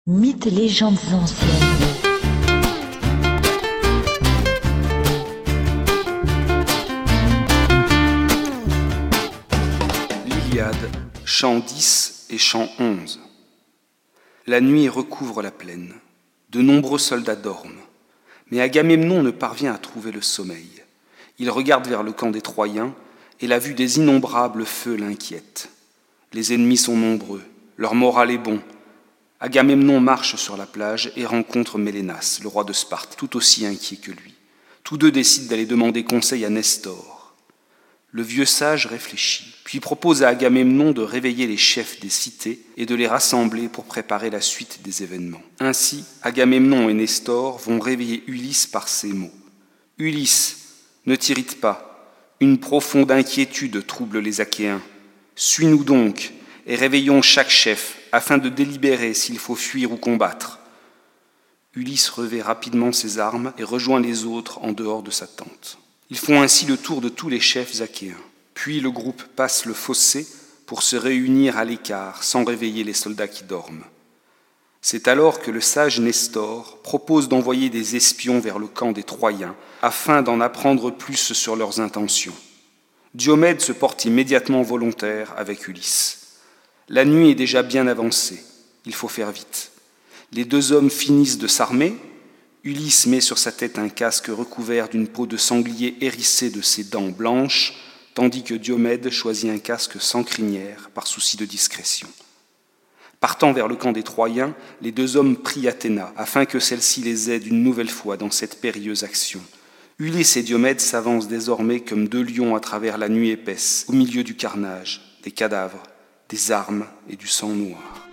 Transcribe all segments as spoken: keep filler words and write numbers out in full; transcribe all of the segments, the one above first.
Mythes et légendes anciennes. L'Iliade, chant dix et chant onze. La nuit recouvre la plaine. De nombreux soldats dorment. Mais Agamemnon ne parvient à trouver le sommeil. Il regarde vers le camp des Troyens et la vue des innombrables feux l'inquiète. Les ennemis sont nombreux, leur moral est bon. Agamemnon marche sur la plage et rencontre Mélénas, le roi de Sparte, tout aussi inquiet que lui. Tous deux décident d'aller demander conseil à Nestor. Le vieux sage réfléchit, puis propose à Agamemnon de réveiller les chefs des cités et de les rassembler pour préparer la suite des événements. Ainsi, Agamemnon et Nestor vont réveiller Ulysse par ces mots. « Ulysse, ne t'irrite pas, une profonde inquiétude trouble les Achéens. Suis-nous donc et réveillons chaque chef, afin de délibérer s'il faut fuir ou combattre. » Ulysse revêt rapidement ses armes et rejoint les autres en dehors de sa tente. Ils font ainsi le tour de tous les chefs achéens. Puis le groupe passe le fossé pour se réunir à l'écart sans réveiller les soldats qui dorment. C'est alors que le sage Nestor propose d'envoyer des espions vers le camp des Troyens afin d'en apprendre plus sur leurs intentions. Diomède se porte immédiatement volontaire avec Ulysse. La nuit est déjà bien avancée, il faut faire vite. Les deux hommes finissent de s'armer. Ulysse met sur sa tête un casque recouvert d'une peau de sanglier hérissée de ses dents blanches, tandis que Diomède choisit un casque sans crinière par souci de discrétion. Partant vers le camp des Troyens, les deux hommes prient Athéna afin que celle-ci les aide une nouvelle fois dans cette périlleuse action. Ulysse et Diomède s'avancent désormais comme deux lions à travers la nuit épaisse, au milieu du carnage, des cadavres, des armes et du sang noir.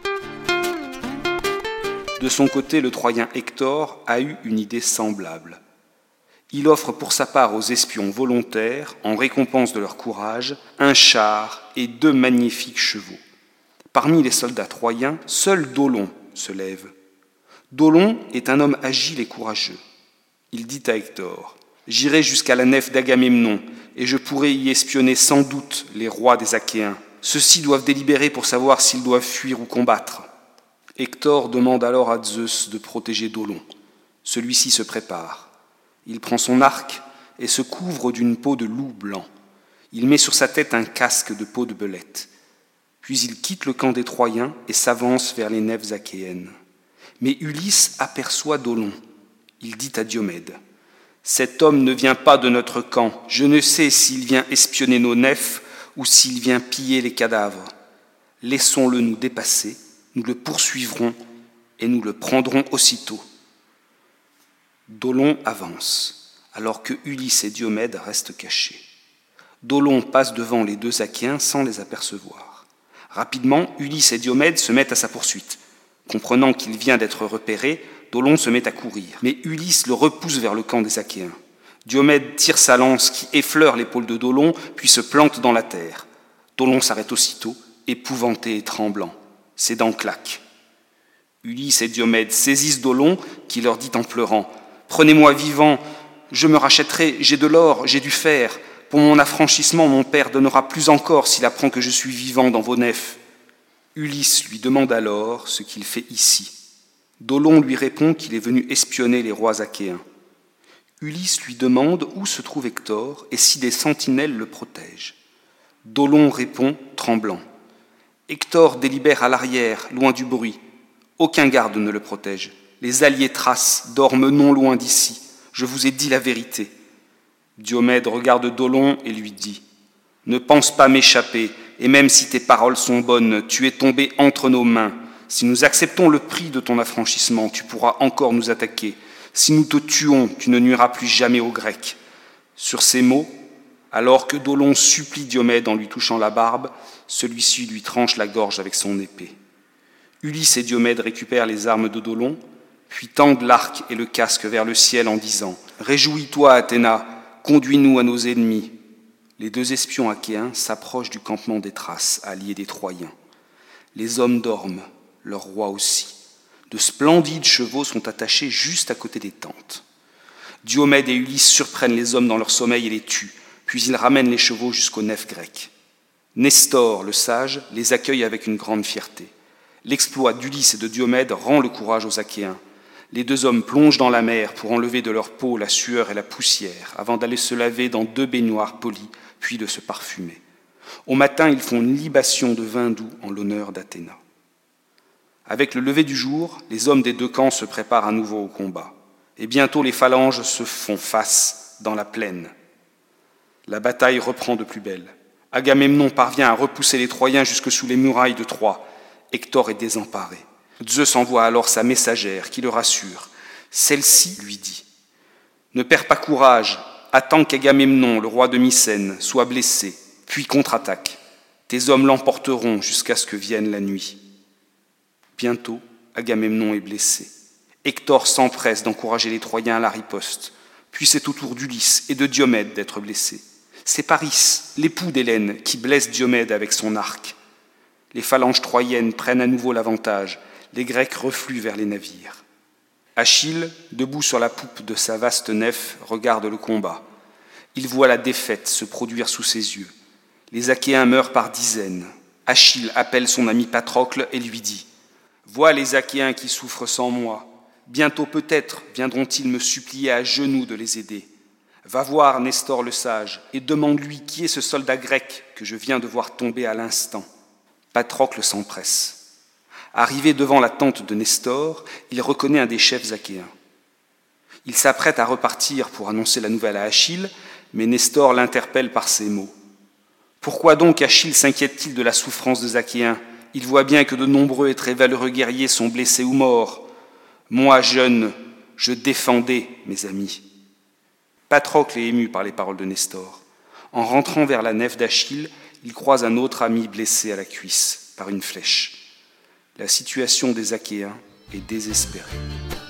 De son côté, le Troyen Hector a eu une idée semblable. Il offre pour sa part aux espions volontaires, en récompense de leur courage, un char et deux magnifiques chevaux. Parmi les soldats troyens, seul Dolon se lève. Dolon est un homme agile et courageux. Il dit à Hector : « J'irai jusqu'à la nef d'Agamemnon, et je pourrai y espionner sans doute les rois des Achéens. Ceux-ci doivent délibérer pour savoir s'ils doivent fuir ou combattre. » Hector demande alors à Zeus de protéger Dolon. Celui-ci se prépare. Il prend son arc et se couvre d'une peau de loup blanc. Il met sur sa tête un casque de peau de belette. Puis il quitte le camp des Troyens et s'avance vers les nefs achéennes. Mais Ulysse aperçoit Dolon. Il dit à Diomède : « Cet homme ne vient pas de notre camp. Je ne sais s'il vient espionner nos nefs ou s'il vient piller les cadavres. Laissons-le nous dépasser, nous le poursuivrons et nous le prendrons aussitôt. » Dolon avance, alors que Ulysse et Diomède restent cachés. Dolon passe devant les deux Achéens sans les apercevoir. Rapidement, Ulysse et Diomède se mettent à sa poursuite. Comprenant qu'il vient d'être repéré, Dolon se met à courir. Mais Ulysse le repousse vers le camp des Achéens. Diomède tire sa lance qui effleure l'épaule de Dolon, puis se plante dans la terre. Dolon s'arrête aussitôt, épouvanté et tremblant. Ses dents claquent. Ulysse et Diomède saisissent Dolon, qui leur dit en pleurant : « Prenez-moi vivant, je me rachèterai, j'ai de l'or, j'ai du fer. Pour mon affranchissement, mon père donnera plus encore s'il apprend que je suis vivant dans vos nefs. » Ulysse lui demande alors ce qu'il fait ici. Dolon lui répond qu'il est venu espionner les rois achéens. Ulysse lui demande où se trouve Hector et si des sentinelles le protègent. Dolon répond, tremblant : « Hector délibère à l'arrière, loin du bruit. Aucun garde ne le protège. Les alliés Thraces dorment non loin d'ici. Je vous ai dit la vérité. » Diomède regarde Dolon et lui dit : « Ne pense pas m'échapper, et même si tes paroles sont bonnes, tu es tombé entre nos mains. Si nous acceptons le prix de ton affranchissement, tu pourras encore nous attaquer. Si nous te tuons, tu ne nuiras plus jamais aux Grecs. » Sur ces mots, alors que Dolon supplie Diomède en lui touchant la barbe, celui-ci lui tranche la gorge avec son épée. Ulysse et Diomède récupèrent les armes de Dolon, puis tendent l'arc et le casque vers le ciel en disant : « Réjouis-toi, Athéna, conduis-nous à nos ennemis. » Les deux espions achéens s'approchent du campement des Thraces, alliés des Troyens. Les hommes dorment, leur roi aussi. De splendides chevaux sont attachés juste à côté des tentes. Diomède et Ulysse surprennent les hommes dans leur sommeil et les tuent, puis ils ramènent les chevaux jusqu'aux nefs grecques. Nestor, le sage, les accueille avec une grande fierté. L'exploit d'Ulysse et de Diomède rend le courage aux Achéens. Les deux hommes plongent dans la mer pour enlever de leur peau la sueur et la poussière, avant d'aller se laver dans deux baignoires polies, puis de se parfumer. Au matin, ils font une libation de vin doux en l'honneur d'Athéna. Avec le lever du jour, les hommes des deux camps se préparent à nouveau au combat. Et bientôt les phalanges se font face dans la plaine. La bataille reprend de plus belle. Agamemnon parvient à repousser les Troyens jusque sous les murailles de Troie. Hector est désemparé. Zeus envoie alors sa messagère qui le rassure. Celle-ci lui dit « Ne perds pas courage, attends qu'Agamemnon, le roi de Mycène, soit blessé, puis contre-attaque. Tes hommes l'emporteront jusqu'à ce que vienne la nuit. » Bientôt, Agamemnon est blessé. Hector s'empresse d'encourager les Troyens à la riposte. Puis c'est au tour d'Ulysse et de Diomède d'être blessés. C'est Paris, l'époux d'Hélène, qui blesse Diomède avec son arc. Les phalanges troyennes prennent à nouveau l'avantage. Les Grecs refluent vers les navires. Achille, debout sur la poupe de sa vaste nef, regarde le combat. Il voit la défaite se produire sous ses yeux. Les Achéens meurent par dizaines. Achille appelle son ami Patrocle et lui dit « Vois les Achéens qui souffrent sans moi. Bientôt peut-être viendront-ils me supplier à genoux de les aider. Va voir Nestor le sage et demande-lui qui est ce soldat grec que je viens de voir tomber à l'instant. » Patrocle s'empresse. Arrivé devant la tente de Nestor, il reconnaît un des chefs achéens. Il s'apprête à repartir pour annoncer la nouvelle à Achille, mais Nestor l'interpelle par ces mots. Pourquoi donc Achille s'inquiète-t-il de la souffrance des Achéens ? Il voit bien que de nombreux et très valeureux guerriers sont blessés ou morts. Moi, jeune, je défendais mes amis. Patrocle est ému par les paroles de Nestor. En rentrant vers la nef d'Achille, il croise un autre ami blessé à la cuisse par une flèche. La situation des Achéens est désespérée.